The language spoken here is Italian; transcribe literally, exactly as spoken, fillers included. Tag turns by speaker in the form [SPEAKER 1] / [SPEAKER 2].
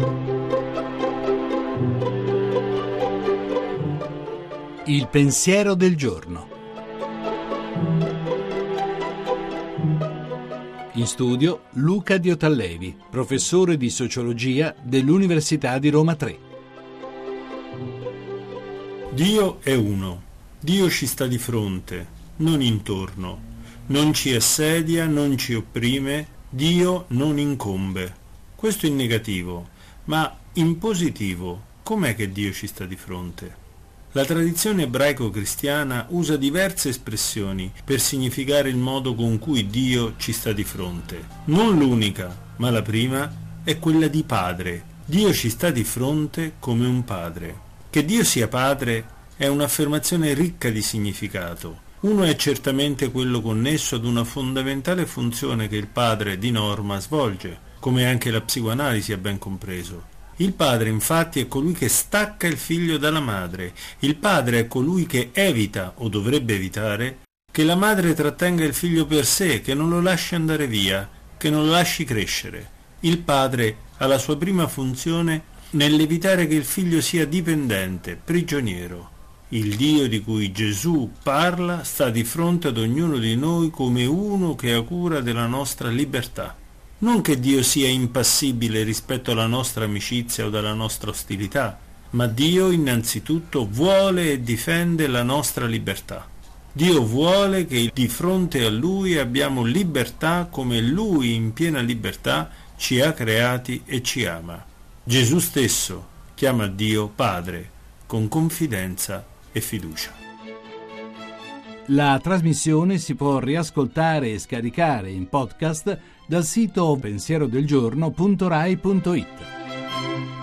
[SPEAKER 1] Il pensiero del giorno. In studio Luca Diotallevi, professore di sociologia dell'Università di Roma tre.
[SPEAKER 2] Dio è uno. Dio ci sta di fronte, non intorno. Non ci assedia, non ci opprime. Dio non incombe. Questo in negativo, ma in positivo, com'è che Dio ci sta di fronte? La tradizione ebraico-cristiana usa diverse espressioni per significare il modo con cui Dio ci sta di fronte. Non l'unica, ma la prima è quella di padre. Dio ci sta di fronte come un padre. Che Dio sia padre è un'affermazione ricca di significato. Uno è certamente quello connesso ad una fondamentale funzione che il padre di norma svolge, come anche la psicoanalisi ha ben compreso. Il padre infatti è colui che stacca il figlio dalla madre, il padre è colui che evita, o dovrebbe evitare, che la madre trattenga il figlio per sé, che non lo lasci andare via, che non lo lasci crescere. Il padre ha la sua prima funzione nell'evitare che il figlio sia dipendente, prigioniero. Il Dio di cui Gesù parla sta di fronte ad ognuno di noi come uno che ha cura della nostra libertà. Non che Dio sia impassibile rispetto alla nostra amicizia o dalla nostra ostilità, ma Dio innanzitutto vuole e difende la nostra libertà. Dio vuole che di fronte a Lui abbiamo libertà come Lui in piena libertà ci ha creati e ci ama. Gesù stesso chiama Dio Padre con confidenza e fiducia.
[SPEAKER 1] La trasmissione si può riascoltare e scaricare in podcast dal sito pensierodelgiorno punto rai punto it.